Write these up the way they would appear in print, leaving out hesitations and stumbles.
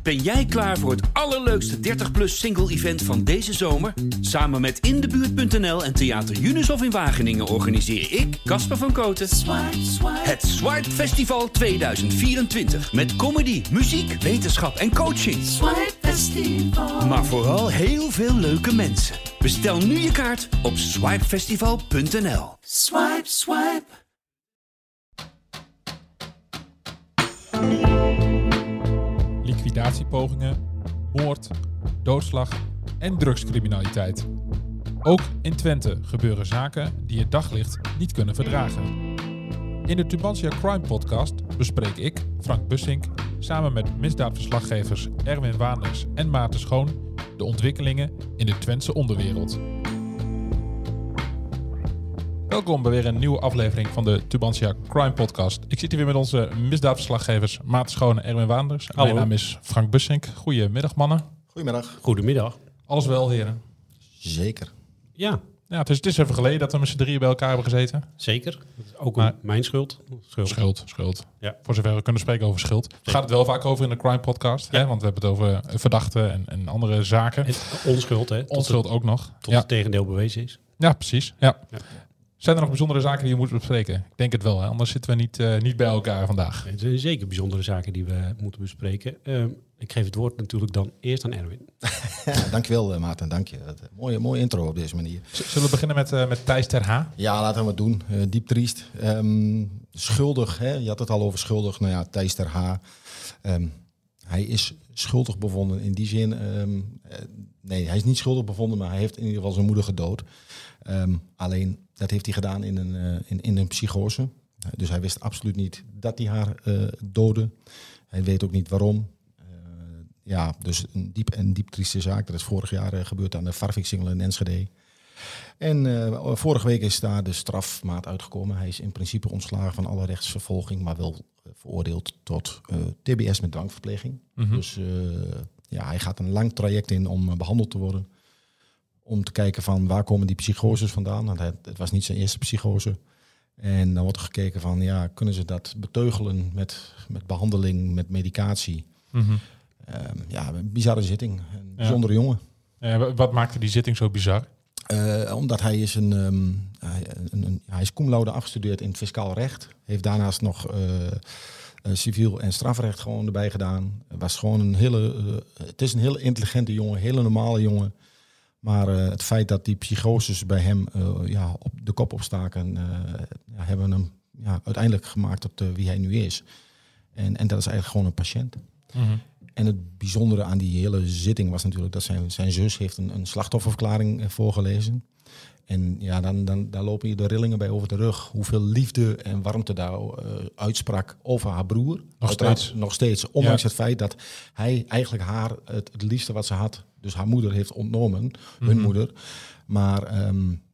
Ben jij klaar voor het allerleukste 30-plus single-event van deze zomer? Samen met Indebuurt.nl en Theater Junushof in Wageningen organiseer ik, Casper van Kooten, het Swipe Festival 2024. Met comedy, muziek, wetenschap en coaching. Swipe Festival. Maar vooral heel veel leuke mensen. Bestel nu je kaart op swipefestival.nl. Swipe, swipe. Liquidatiepogingen, moord, doodslag en drugscriminaliteit. Ook in Twente gebeuren zaken die het daglicht niet kunnen verdragen. In de Tubantia Crime Podcast bespreek ik, Frank Bussink, samen met misdaadverslaggevers Erwin Waanders en Maarten Schoon de ontwikkelingen in de Twentse onderwereld. Welkom bij weer een nieuwe aflevering van de Tubantia Crime Podcast. Ik zit hier weer met onze misdaadverslaggevers Maarten Schoon en Erwin Waanders. Hallo. Mijn naam is Frank Bussink. Goedemiddag mannen. Goedemiddag. Goedemiddag. Alles wel heren? Zeker. Ja, Ja, het is even geleden dat we met z'n drieën bij elkaar hebben gezeten. zeker. Ook Maar- mijn schuld. Schuld. Ja. Voor zover we kunnen spreken over schuld. We gaan het wel vaak over in de Crime Podcast. Ja. Hè? Want we hebben het over verdachten en andere zaken. En onschuld, hè? Onschuld ook nog. Tot Ja. het tegendeel bewezen is. Ja, precies. Ja. Ja. Zijn er nog bijzondere zaken die je moet bespreken? Ik denk het wel, hè? Anders zitten we niet bij elkaar vandaag. Het zijn zeker bijzondere zaken die we moeten bespreken. Ik geef het woord natuurlijk dan eerst aan Erwin. Ja, dankjewel Maarten, dank je. Mooie intro op deze manier. Zullen we beginnen met Thijs ter H? Ja, laten we het doen. Diep triest. Schuldig, hè? Je had het al over schuldig. Nou ja, Thijs ter H. Hij is schuldig bevonden in die zin. Nee, hij is niet schuldig bevonden, maar hij heeft in ieder geval zijn moeder gedood. Alleen, dat heeft hij gedaan in een psychose. Dus hij wist absoluut niet dat hij haar doodde. Hij weet ook niet waarom. Ja, dus een diep trieste zaak. Dat is vorig jaar gebeurd aan de Farviksingel in Enschede. En vorige week is daar de strafmaat uitgekomen. Hij is in principe ontslagen van alle rechtsvervolging, maar wel veroordeeld tot TBS met dwangverpleging. Mhm. Dus ja, hij gaat een lang traject in om behandeld te worden. Om te kijken van waar komen die psychoses vandaan. Want het was niet zijn eerste psychose. En dan wordt er gekeken van, ja, kunnen ze dat beteugelen met behandeling, met medicatie. Mhm. Ja, een bizarre zitting. Een bijzondere jongen. Wat maakte die zitting zo bizar? Omdat hij is hij is cum laude afgestudeerd in het fiscaal recht. Heeft daarnaast nog civiel en strafrecht gewoon erbij gedaan. Was gewoon het is een hele intelligente jongen, hele normale jongen. Maar het feit dat die psychoses bij hem op de kop opstaken, hebben hem uiteindelijk gemaakt tot wie hij nu is. En dat is eigenlijk gewoon een patiënt. Mhm. En het bijzondere aan die hele zitting was natuurlijk dat zijn zus heeft een slachtofferverklaring voorgelezen. En ja, dan lopen je de rillingen bij over de rug. Hoeveel liefde en warmte daar uitsprak over haar broer. Nog steeds. Ondanks het feit dat hij eigenlijk haar het liefste wat ze had, dus haar moeder heeft ontnomen, hun moeder. Maar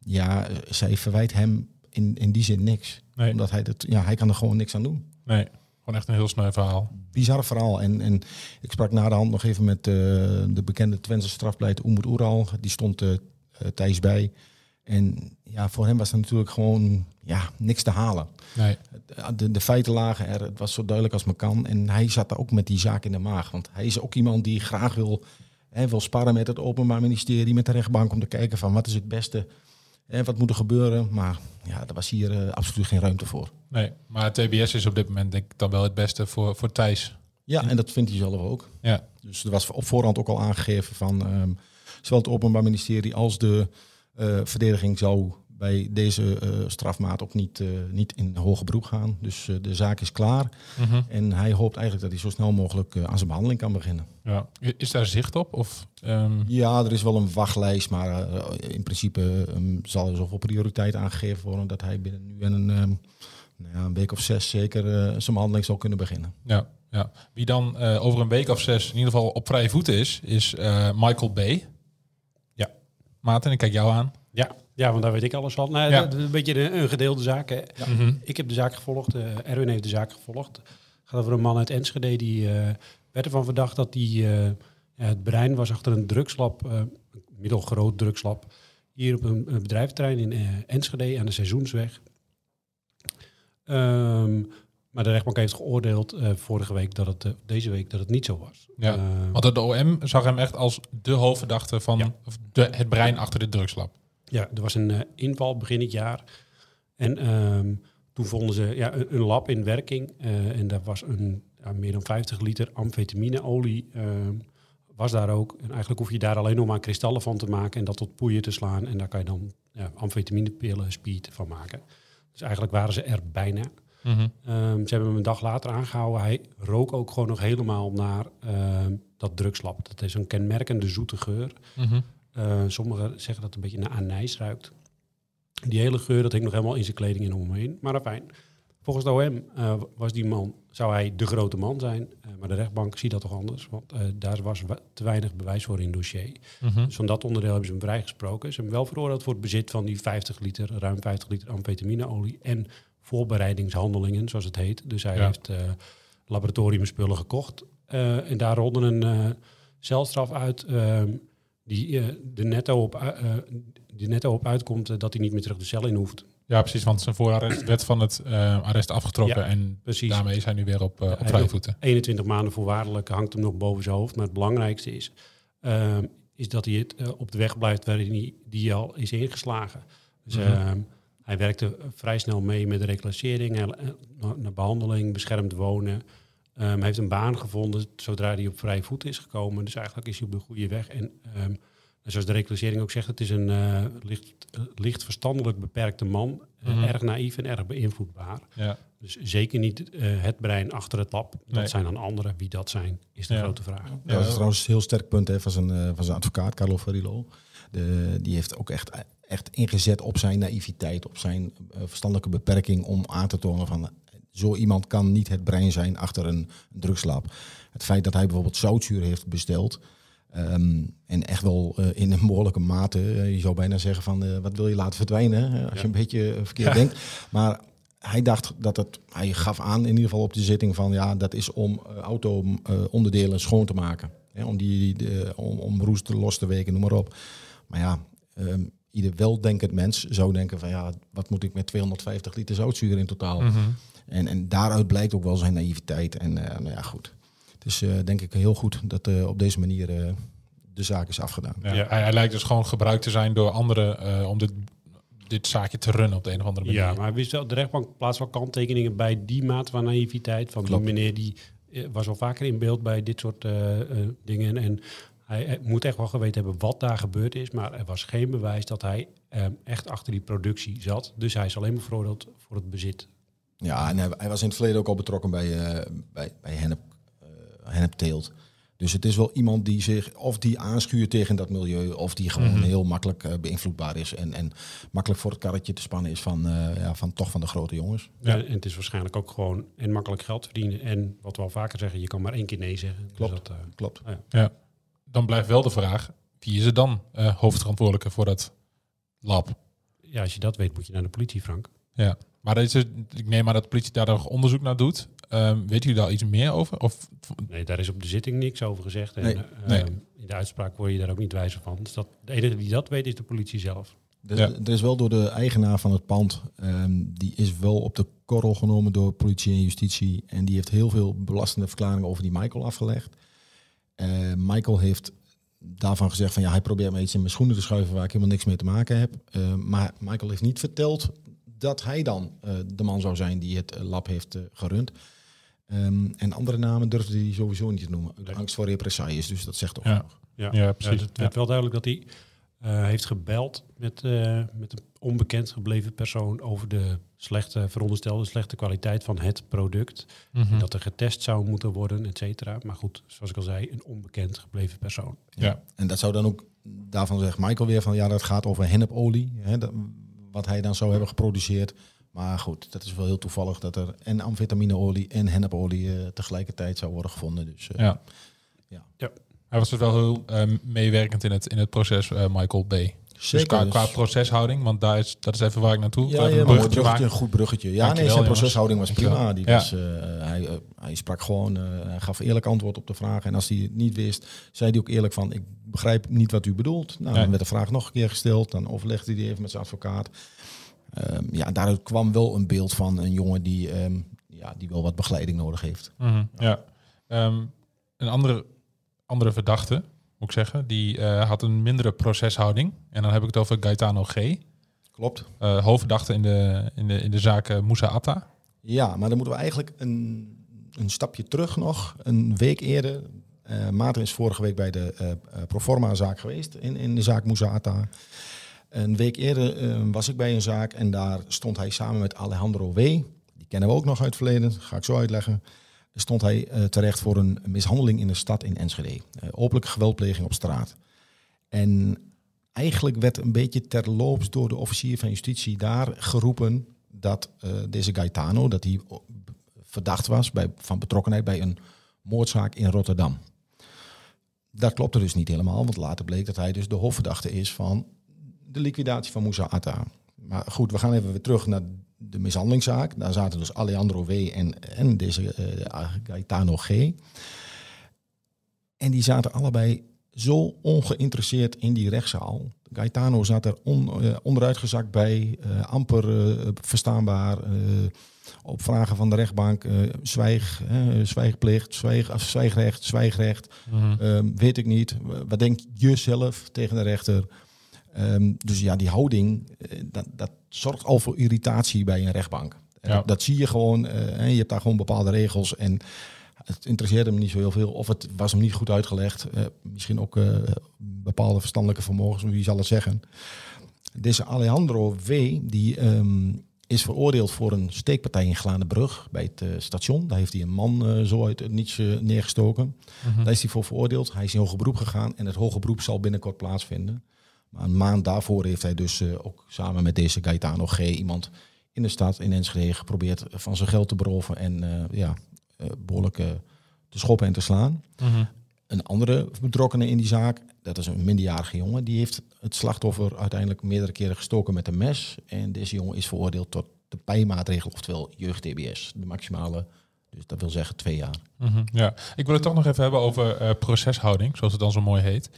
zij verwijt hem in die zin niks. Nee. Omdat hij kan er gewoon niks aan doen. Nee, gewoon echt een heel sneu verhaal. Bizar verhaal. En ik sprak na de hand nog even met de bekende Twentse strafpleiter Umut Oeral. Die stond Thijs bij. En ja, voor hem was er natuurlijk gewoon niks te halen. Nee. De feiten lagen er. Het was zo duidelijk als maar kan. En hij zat daar ook met die zaak in de maag. Want hij is ook iemand die graag wil sparren met het Openbaar Ministerie, met de rechtbank, om te kijken van wat is het beste. Wat moet er gebeuren? Maar ja, daar was hier absoluut geen ruimte voor. Nee, maar TBS is op dit moment denk ik dan wel het beste voor Thijs. Ja, en dat vindt hij zelf ook. Ja. Dus er was op voorhand ook al aangegeven van zowel het Openbaar Ministerie als de verdediging zou bij deze strafmaat ook niet in hoger beroep gaan. Dus de zaak is klaar. Mhm. En hij hoopt eigenlijk dat hij zo snel mogelijk aan zijn behandeling kan beginnen. Ja. Is daar zicht op? Of, Ja, er is wel een wachtlijst, maar in principe zal er zoveel prioriteit aangegeven worden dat hij binnen nu en een week of 6 zeker zijn behandeling zal kunnen beginnen. Ja. Wie dan over een week of 6 in ieder geval op vrije voeten is Michael B. Ja. Maarten, ik kijk jou aan. Ja, want daar weet ik alles van. Nou, Ja. dat is een beetje een gedeelde zaak. Hè. Mhm. Ik heb de zaak gevolgd. Erwin heeft de zaak gevolgd. Het gaat over een man uit Enschede. Die werd ervan verdacht dat hij het brein was achter een drugslab. Een middelgroot drugslab. Hier op een bedrijventerrein in Enschede aan de Seizoensweg. Maar de rechtbank heeft geoordeeld deze week dat het niet zo was. Ja, want de OM zag hem echt als de hoofdverdachte van het brein achter de drugslab. Ja, er was een inval begin het jaar. En toen vonden ze een lab in werking. En daar was meer dan 50 liter amfetamineolie was daar ook. En eigenlijk hoef je daar alleen nog maar kristallen van te maken en dat tot poeier te slaan. En daar kan je dan amfetaminepillen, speed van maken. Dus eigenlijk waren ze er bijna. Mm-hmm. Ze hebben hem een dag later aangehouden. Hij rook ook gewoon nog helemaal naar dat drugslab. Dat is een kenmerkende zoete geur. Mm-hmm. Sommigen zeggen dat het een beetje naar anijs ruikt. Die hele geur, dat hing nog helemaal in zijn kleding en omheen. Maar fijn. Volgens de OM zou hij de grote man zijn. Maar de rechtbank ziet dat toch anders. Want daar was te weinig bewijs voor in het dossier. Mm-hmm. Dus van dat onderdeel hebben ze hem vrijgesproken. Ze hebben hem wel veroordeeld voor het bezit van die ruim 50 liter amfetamineolie. En voorbereidingshandelingen, zoals het heet. Dus hij heeft laboratoriumspullen gekocht. En daar rolde een celstraf uit die netto op uitkomt dat hij niet meer terug de cel in hoeft. Ja, precies, want zijn voorarrest werd van het arrest afgetrokken en precies. Daarmee is hij nu weer op vrije voeten. 21 maanden voorwaardelijk hangt hem nog boven zijn hoofd. Maar het belangrijkste is dat hij het op de weg blijft waarin die al is ingeslagen. Dus hij werkte vrij snel mee met de reclassering, naar behandeling, beschermd wonen. Hij heeft een baan gevonden zodra hij op vrije voeten is gekomen. Dus eigenlijk is hij op de goede weg. En zoals de reclassering ook zegt, het is een licht verstandelijk beperkte man. Erg naïef en erg beïnvloedbaar. Ja. Dus zeker niet het brein achter het lab. Dat zijn dan anderen. Wie dat zijn, is de grote vraag. Ja, dat is trouwens een heel sterk punt van zijn advocaat, Carlo Ferrillo. Die heeft ook echt ingezet op zijn naïviteit, op zijn verstandelijke beperking om aan te tonen van zo iemand kan niet het brein zijn achter een drugslab. Het feit dat hij bijvoorbeeld zoutzuur heeft besteld en echt wel in een behoorlijke mate, je zou bijna zeggen van wat wil je laten verdwijnen als je een beetje verkeerd denkt. Maar hij dacht hij gaf aan in ieder geval op de zitting van dat is om auto-onderdelen schoon te maken. Om roest los te weken, noem maar op. Maar ieder weldenkend mens zou denken van wat moet ik met 250 liter zoutzuur in totaal? Mm-hmm. En daaruit blijkt ook wel zijn naïviteit. En goed. Het is denk ik heel goed dat op deze manier de zaak is afgedaan. Ja, hij lijkt dus gewoon gebruikt te zijn door anderen om dit zaakje te runnen op de een of andere manier. Ja, maar wist wel, de rechtbank plaatst wel kanttekeningen bij die mate van naïviteit. Van die meneer die was al vaker in beeld bij dit soort dingen. En hij moet echt wel geweten hebben wat daar gebeurd is. Maar er was geen bewijs dat hij echt achter die productie zat. Dus hij is alleen maar veroordeeld voor het bezit. Ja, en hij was in het verleden ook al betrokken bij hennepteelt. Dus het is wel iemand die zich of die aanschuurt tegen dat milieu, of die gewoon heel makkelijk beïnvloedbaar is en makkelijk voor het karretje te spannen is van de grote jongens. Ja, en het is waarschijnlijk ook gewoon en makkelijk geld verdienen. En wat we al vaker zeggen, je kan maar 1 keer nee zeggen. Klopt, dus klopt. Ja. Dan blijft wel de vraag, wie is er dan hoofdverantwoordelijke voor dat lab? Ja, als je dat weet, moet je naar de politie, Frank. Ja, maar ik neem aan dat de politie daar nog onderzoek naar doet. Weet u daar iets meer over? Of? Nee, daar is op de zitting niks over gezegd. En, nee. In de uitspraak word je daar ook niet wijzer van. Dus de enige die dat weet is de politie zelf. Er is wel door de eigenaar van het pand, die is wel op de korrel genomen door politie en justitie. En die heeft heel veel belastende verklaringen over die Michael afgelegd. Michael heeft daarvan gezegd van hij probeert me iets in mijn schoenen te schuiven waar ik helemaal niks mee te maken heb. Maar Michael heeft niet verteld dat hij dan de man zou zijn die het lab heeft gerund. En andere namen durfde hij sowieso niet te noemen. Angst voor represailles, dus dat zegt toch genoeg. Ja, precies. Het werd wel duidelijk dat hij heeft gebeld met een onbekend gebleven persoon over de veronderstelde slechte kwaliteit van het product. Mm-hmm. Dat er getest zou moeten worden, et cetera. Maar goed, zoals ik al zei, een onbekend gebleven persoon. Ja. En dat zou dan ook, daarvan zegt Michael weer van dat gaat over hennepolie. Wat hij dan zou hebben geproduceerd. Maar goed, dat is wel heel toevallig dat er en amfetamineolie en hennepolie tegelijkertijd zou worden gevonden. Dus, ja. Hij was dus wel heel meewerkend in het proces, Michael B. Zeker, dus qua proceshouding, want dat is even waar ik naartoe. Een goed bruggetje. Zijn proceshouding was prima. Hij sprak gewoon, hij gaf eerlijk antwoord op de vraag. En als hij het niet wist, zei hij ook eerlijk van, ik begrijp niet wat u bedoelt. Dan werd de vraag nog een keer gesteld. Dan overlegde hij even met zijn advocaat. Daaruit kwam wel een beeld van een jongen die die wel wat begeleiding nodig heeft. Ja. Een andere verdachte, moet ik zeggen, die had een mindere proceshouding. En dan heb ik het over Gaetano G. Klopt. Hoofdverdachte in de zaak Moussa Atta. Ja, maar dan moeten we eigenlijk een stapje terug nog. Een week eerder. Maarten is vorige week bij de Proforma-zaak geweest in de zaak Moussa Atta. Een week eerder was ik bij een zaak en daar stond hij samen met Alejandro W. Die kennen we ook nog uit het verleden, dat ga ik zo uitleggen. Stond hij terecht voor een mishandeling in de stad in Enschede. Openlijke geweldpleging op straat. En eigenlijk werd een beetje terloops door de officier van justitie daar geroepen dat deze Gaetano, dat hij verdacht was van betrokkenheid bij een moordzaak in Rotterdam. Dat klopte dus niet helemaal, want later bleek dat hij dus de hoofdverdachte is van de liquidatie van Moussa Atta. Maar goed, we gaan even weer terug naar de mishandelingszaak. Daar zaten dus Alejandro W. en deze Gaetano G. En die zaten allebei zo ongeïnteresseerd in die rechtszaal. Gaetano zat er onderuitgezakt bij, amper verstaanbaar. Op vragen van de rechtbank, zwijgplicht, zwijgrecht. Weet ik niet. Wat denk je zelf tegen de rechter? Dus ja, die houding, dat zorgt al voor irritatie bij een rechtbank. Ja. Dat zie je gewoon. Je hebt daar gewoon bepaalde regels en het interesseerde hem niet zo heel veel. Of het was hem niet goed uitgelegd. Misschien ook bepaalde verstandelijke vermogens, wie zal het zeggen. Deze Alejandro W. die is veroordeeld voor een steekpartij in Glanenbrug bij het station. Daar heeft hij een man zo uit het niets neergestoken. Daar is hij voor veroordeeld. Hij is in hoger beroep gegaan en het hoger beroep zal binnenkort plaatsvinden. Maar een maand daarvoor heeft hij dus ook samen met deze Gaetano G. iemand in de stad in Enschede geprobeerd van zijn geld te beroven en behoorlijk te schoppen en te slaan. Een andere betrokkenen in die zaak, dat is een minderjarige jongen, die heeft het slachtoffer uiteindelijk meerdere keren gestoken met een mes. En deze jongen is veroordeeld tot de pijmaatregel, oftewel jeugd-TBS. De maximale, dus dat wil zeggen 2 jaar. Ja, ik wil het toch nog even hebben over proceshouding, zoals het dan zo mooi heet.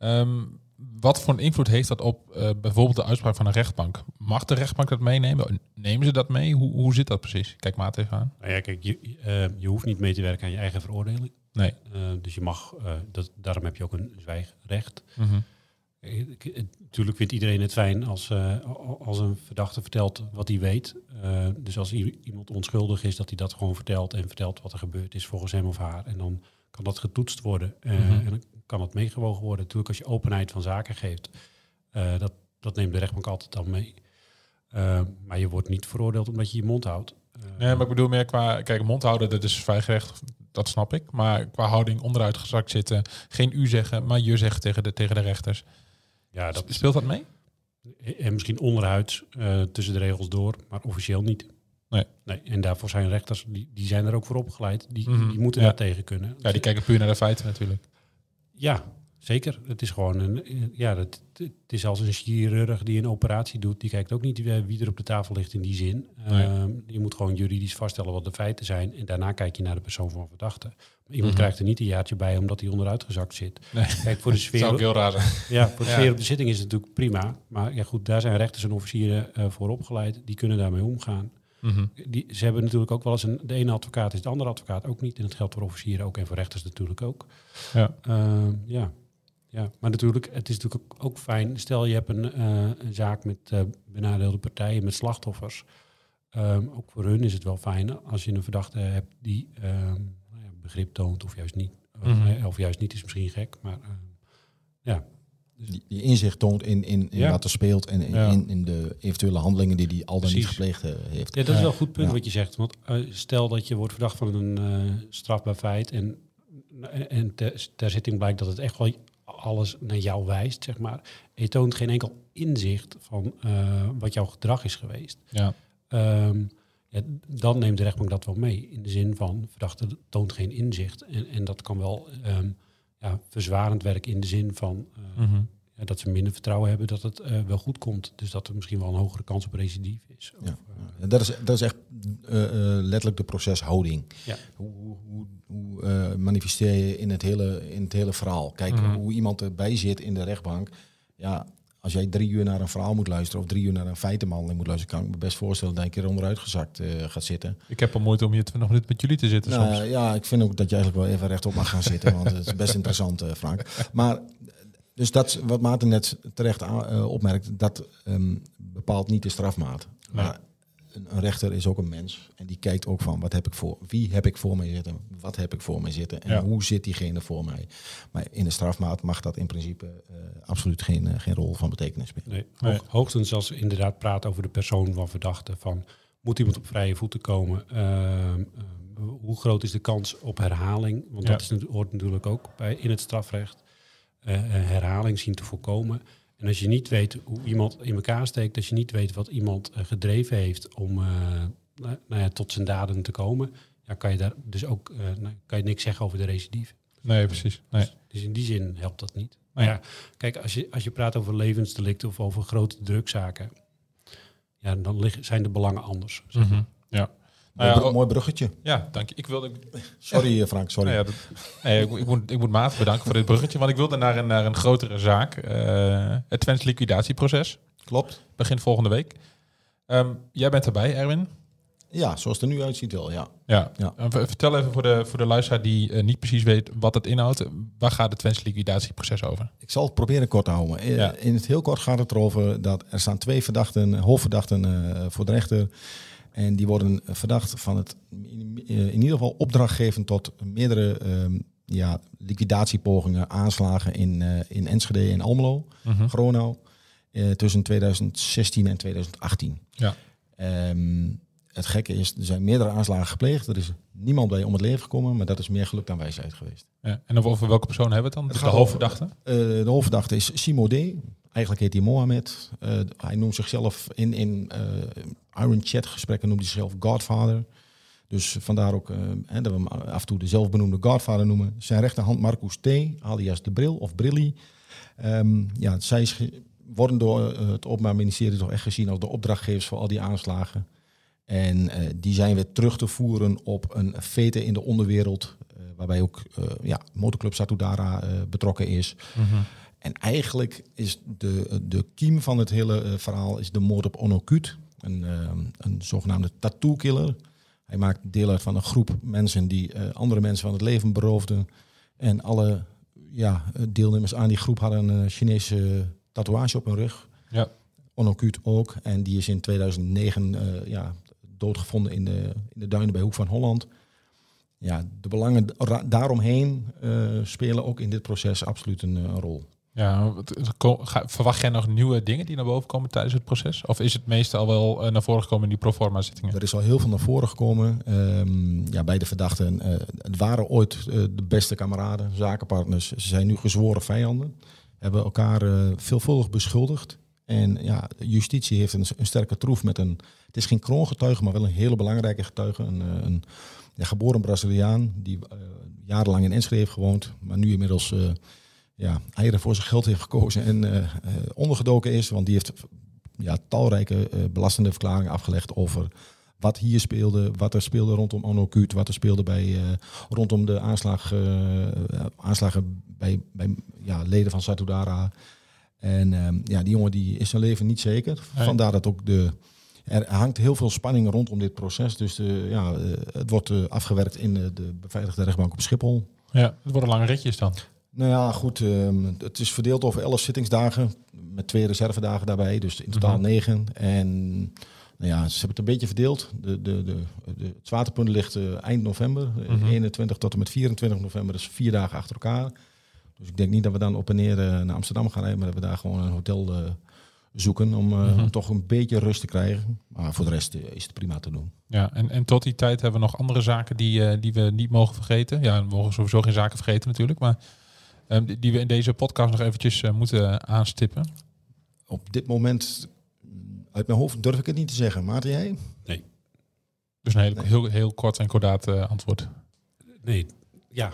Wat voor een invloed heeft dat op bijvoorbeeld de uitspraak van een rechtbank? Mag de rechtbank dat meenemen? Nemen ze dat mee? Hoe zit dat precies? Kijk maar even aan. Nou ja, kijk, je hoeft niet mee te werken aan je eigen veroordeling. Nee. Dus je mag, daarom heb je ook een zwijgrecht. Natuurlijk vindt iedereen het fijn als een verdachte vertelt wat hij weet. Dus als iemand onschuldig is, dat hij dat gewoon vertelt en vertelt wat er gebeurd is volgens hem of haar. En dan kan dat getoetst worden. En dan kan dat meegewogen worden. Natuurlijk als je openheid van zaken geeft, dat neemt de rechtbank altijd dan mee. Maar je wordt niet veroordeeld omdat je je mond houdt. Nee, maar ik bedoel meer qua... Kijk, mond houden, dat is zwijgrecht, dat snap ik. Maar qua houding onderuitgezakt zitten, geen u zeggen, maar je zeggen tegen de rechters. Ja, speelt dat mee? En misschien onderhuids, tussen de regels door, maar officieel niet. Nee. En daarvoor zijn rechters, die zijn er ook voor opgeleid. Die moeten daar tegen kunnen. Ja, die kijken puur naar de feiten natuurlijk. Ja, zeker. Het is gewoon het is als een chirurg die een operatie doet. Die kijkt ook niet wie er op de tafel ligt in die zin. Je moet gewoon juridisch vaststellen wat de feiten zijn. En daarna kijk je naar de persoon van verdachte. Maar iemand krijgt er niet een jaartje bij omdat hij onderuitgezakt zit. Nee. Kijk, voor de sfeer. Dat zou ook heel raar zijn. Ja, voor de sfeer op de zitting is het natuurlijk prima. Maar ja, goed, daar zijn rechters en officieren voor opgeleid. Die kunnen daarmee omgaan. Ze hebben natuurlijk ook wel eens de ene advocaat is de andere advocaat ook niet. En dat geldt voor officieren ook en voor rechters natuurlijk ook. Ja, maar natuurlijk, het is natuurlijk ook fijn. Stel je hebt een zaak met benadeelde partijen, met slachtoffers. Ook voor hun is het wel fijn als je een verdachte hebt die begrip toont of juist niet. Of juist niet is misschien gek, maar Dus die inzicht toont in wat er speelt en in de eventuele handelingen die hij al dan niet gepleegd heeft. Ja, dat is wel een goed punt wat je zegt. Want stel dat je wordt verdacht van een strafbaar feit en ter zitting blijkt dat het echt wel alles naar jou wijst, zeg maar. En je toont geen enkel inzicht van wat jouw gedrag is geweest. Ja. Dan neemt de rechtbank dat wel mee. In de zin van, verdachte toont geen inzicht. En dat kan wel verzwarend werken in de zin van dat ze minder vertrouwen hebben dat het wel goed komt. Dus dat er misschien wel een hogere kans op recidief is. Dat is echt letterlijk de proceshouding. Ja. Hoe manifesteer je in het hele verhaal? Kijk, hoe iemand erbij zit in de rechtbank. Ja, als jij 3 uur naar een verhaal moet luisteren of 3 uur naar een feitenbehandeling moet luisteren, kan ik me best voorstellen dat je een keer onderuit gezakt gaat zitten. Ik heb al moeite om hier 20 minuten met jullie te zitten soms. Ja, ik vind ook dat je eigenlijk wel even rechtop mag gaan zitten, want het is best interessant, Frank. Maar dus dat wat Maarten net terecht opmerkt, dat bepaalt niet de strafmaat. Nee. Maar een rechter is ook een mens en die kijkt ook van wie heb ik voor mij zitten, wat heb ik voor mij zitten en hoe zit diegene voor mij. Maar in de strafmaat mag dat in principe absoluut geen rol van betekenis spelen. Nee. Hoogstens als we inderdaad praten over de persoon van verdachte, van moet iemand op vrije voeten komen, hoe groot is de kans op herhaling, want dat hoort natuurlijk ook in het strafrecht, herhaling zien te voorkomen. En als je niet weet hoe iemand in elkaar steekt, als je niet weet wat iemand gedreven heeft om tot zijn daden te komen, kan je daar dus ook kan je niks zeggen over de recidive. Nee, precies. Nee. Dus in die zin helpt dat niet. Nee. Maar kijk, als je praat over levensdelicten of over grote drugszaken, dan zijn de belangen anders. Zeg maar. Mm-hmm. Ja. Mooi bruggetje. Ja, dank je. Ik wilde... Sorry Frank, sorry. Ik moet Maarten bedanken voor dit bruggetje, want ik wilde naar een grotere zaak. Het Twents liquidatieproces. Klopt. Begint volgende week. Jij bent erbij, Erwin. Ja, zoals het er nu uitziet wel, ja. Ja. Vertel even voor de luisteraar die niet precies weet wat het inhoudt. Waar gaat het Twents liquidatieproces over? Ik zal het proberen kort te houden. In het heel kort gaat het erover dat er staan 2 hoofdverdachten voor de rechter. En die worden verdacht van het in ieder geval opdracht geven tot meerdere liquidatiepogingen, aanslagen in Enschede en Almelo, Gronau, tussen 2016 en 2018. Ja. Het gekke is, er zijn meerdere aanslagen gepleegd. Er is niemand bij om het leven gekomen, maar dat is meer geluk dan wijsheid geweest. Ja. En over welke persoon hebben we het dan? De hoofdverdachte? De hoofdverdachte is Simo D. Eigenlijk heet hij Mohammed. Hij noemt zichzelf in Iron Chat gesprekken noemt hij zichzelf Godfather. Dus vandaar ook dat we hem af en toe de zelfbenoemde Godfather noemen. Zijn rechterhand Marcus T. alias de Bril of Brilly. Zij worden door het Openbaar Ministerie toch echt gezien als de opdrachtgevers voor al die aanslagen. En die zijn weer terug te voeren op een fete in de onderwereld, waarbij ook motorclub Satudara betrokken is. Mm-hmm. En eigenlijk is de kiem van het hele verhaal is de moord op Onno Kut, een zogenaamde tattoo-killer. Hij maakt deel uit van een groep mensen die andere mensen van het leven beroofden. En alle deelnemers aan die groep hadden een Chinese tatoeage op hun rug. Ja. Onno Kut ook. En die is in 2009 doodgevonden in de duinen bij Hoek van Holland. Ja, de belangen daaromheen spelen ook in dit proces absoluut een rol. Ja, verwacht jij nog nieuwe dingen die naar boven komen tijdens het proces? Of is het meestal wel naar voren gekomen in die proforma zittingen? Er is al heel veel naar voren gekomen. Bij de verdachten. Het waren ooit de beste kameraden, zakenpartners. Ze zijn nu gezworen vijanden. Hebben elkaar veelvuldig beschuldigd. En justitie heeft een sterke troef met een... Het is geen kroongetuige, maar wel een hele belangrijke getuige. Een geboren Braziliaan die jarenlang in Enschede heeft gewoond. Maar nu inmiddels eieren voor zijn geld heeft gekozen en ondergedoken is. Want die heeft talrijke belastende verklaringen afgelegd over wat hier speelde. Wat er speelde rondom Onno Kut. Wat er speelde rondom de aanslagen bij leden van Satudara. En die jongen die is zijn leven niet zeker. Nee. Vandaar dat ook er hangt heel veel spanning rondom dit proces. Dus het wordt afgewerkt in de beveiligde rechtbank op Schiphol. Ja, het worden lange ritjes dan. Nou ja, goed. Het is verdeeld over 11 zittingsdagen. Met 2 reservedagen daarbij. Dus in totaal 9. En ze hebben het een beetje verdeeld. Het zwaartepunt ligt eind november. 21 tot en met 24 november. Dus 4 dagen achter elkaar. Dus ik denk niet dat we dan op en neer naar Amsterdam gaan rijden, maar dat we daar gewoon een hotel zoeken om toch een beetje rust te krijgen. Maar voor de rest is het prima te doen. Ja, en tot die tijd hebben we nog andere zaken die we niet mogen vergeten. Ja, we mogen sowieso geen zaken vergeten natuurlijk, maar die we in deze podcast nog eventjes moeten aanstippen. Op dit moment, uit mijn hoofd durf ik het niet te zeggen. Maarten, jij? Nee. Dus een heel kort en kordaat antwoord. Nee, ja.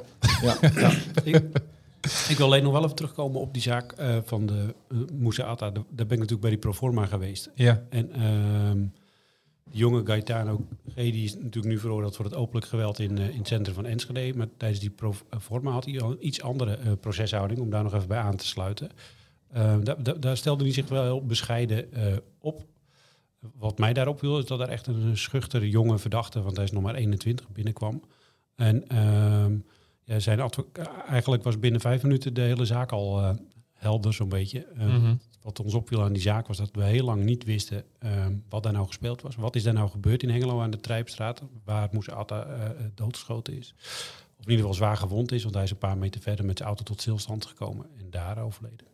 Ik wil alleen nog wel even terugkomen op die zaak van de Moussa Atta. Daar ben ik natuurlijk bij die proforma geweest. Ja. En de jonge Gaetano G. die is natuurlijk nu veroordeeld voor het openlijk geweld in het centrum van Enschede. Maar tijdens die proforma had hij al een iets andere proceshouding, om daar nog even bij aan te sluiten. Daar stelde hij zich wel heel bescheiden op. Wat mij daarop viel, is dat er echt een schuchtere jonge verdachte, want hij is nog maar 21, binnenkwam. En eigenlijk was binnen 5 minuten de hele zaak al helder zo'n beetje. Wat ons opviel aan die zaak was dat we heel lang niet wisten wat daar nou gespeeld was. Wat is daar nou gebeurd in Hengelo aan de Trijpstraat, waar Moussa Atta doodgeschoten is. Of in ieder geval zwaar gewond is, want hij is een paar meter verder met zijn auto tot stilstand gekomen en daar overleden.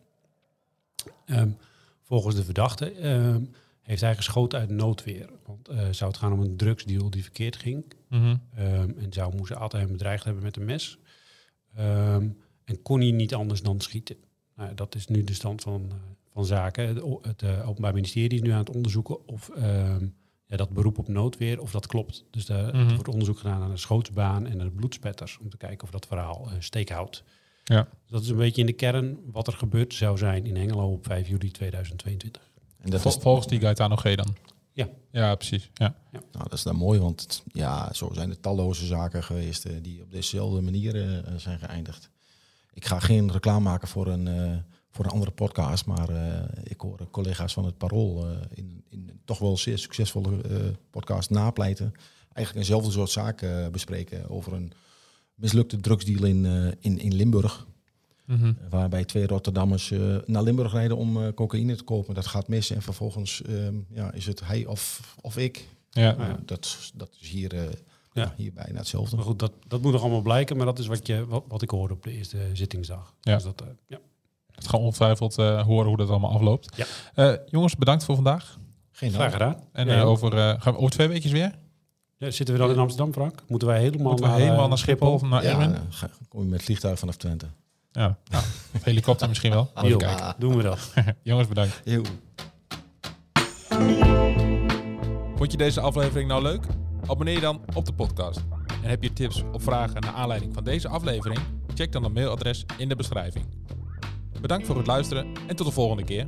Volgens de verdachte heeft hij geschoten uit noodweer. Want zou het gaan om een drugsdeal die verkeerd ging. En zou Moussa Atta hem bedreigd hebben met een mes. En kon hij niet anders dan schieten. Nou, dat is nu de stand van zaken. Het Openbaar Ministerie is nu aan het onderzoeken of dat beroep op noodweer, of dat klopt. Dus er wordt onderzoek gedaan aan de schootsbaan en de bloedspetters, om te kijken of dat verhaal steek houdt. Ja. Dus dat is een beetje in de kern wat er gebeurd zou zijn in Hengelo op 5 juli 2022. En dat is volgens die Gaetano G dan? Ja, precies. Ja. Nou, dat is dan mooi, want zo zijn er talloze zaken geweest die op dezelfde manier zijn geëindigd. Ik ga geen reclame maken voor een andere podcast, maar ik hoor collega's van het Parool in toch wel zeer succesvolle podcast napleiten. Eigenlijk eenzelfde soort zaak bespreken over een mislukte drugsdeal in Limburg. Waarbij 2 Rotterdammers naar Limburg rijden om cocaïne te kopen. Dat gaat mis en vervolgens is het hij of ik. Ja. Dat is hier bijna hetzelfde. Maar goed, dat moet nog allemaal blijken, maar dat is wat ik hoorde op de eerste zittingsdag. Ja. Dus Het gaan ongetwijfeld horen hoe dat allemaal afloopt. Ja. Jongens, bedankt voor vandaag. Graag gedaan. En gaan we over 2 weekjes weer? Ja, zitten we dan in Amsterdam, Frank? Moeten wij helemaal naar Schiphol of naar Erwin? Ja, dan kom je met vliegtuig vanaf Twente. Ja, helikopter misschien wel. Doen we dat. Jongens, bedankt. Yo. Vond je deze aflevering nou leuk? Abonneer je dan op de podcast. En heb je tips of vragen naar aanleiding van deze aflevering? Check dan het mailadres in de beschrijving. Bedankt voor het luisteren en tot de volgende keer.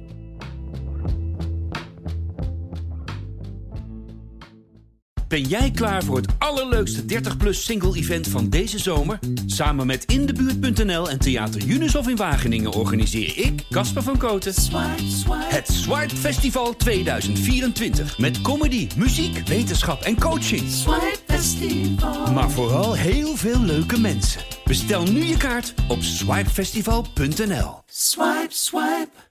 Ben jij klaar voor het allerleukste 30-plus single-event van deze zomer? Samen met Indebuurt.nl en Theater Junushof in Wageningen organiseer ik, Casper van Kooten, het Swipe Festival 2024. Met comedy, muziek, wetenschap en coaching. Swipe Festival. Maar vooral heel veel leuke mensen. Bestel nu je kaart op swipefestival.nl. Swipe, swipe.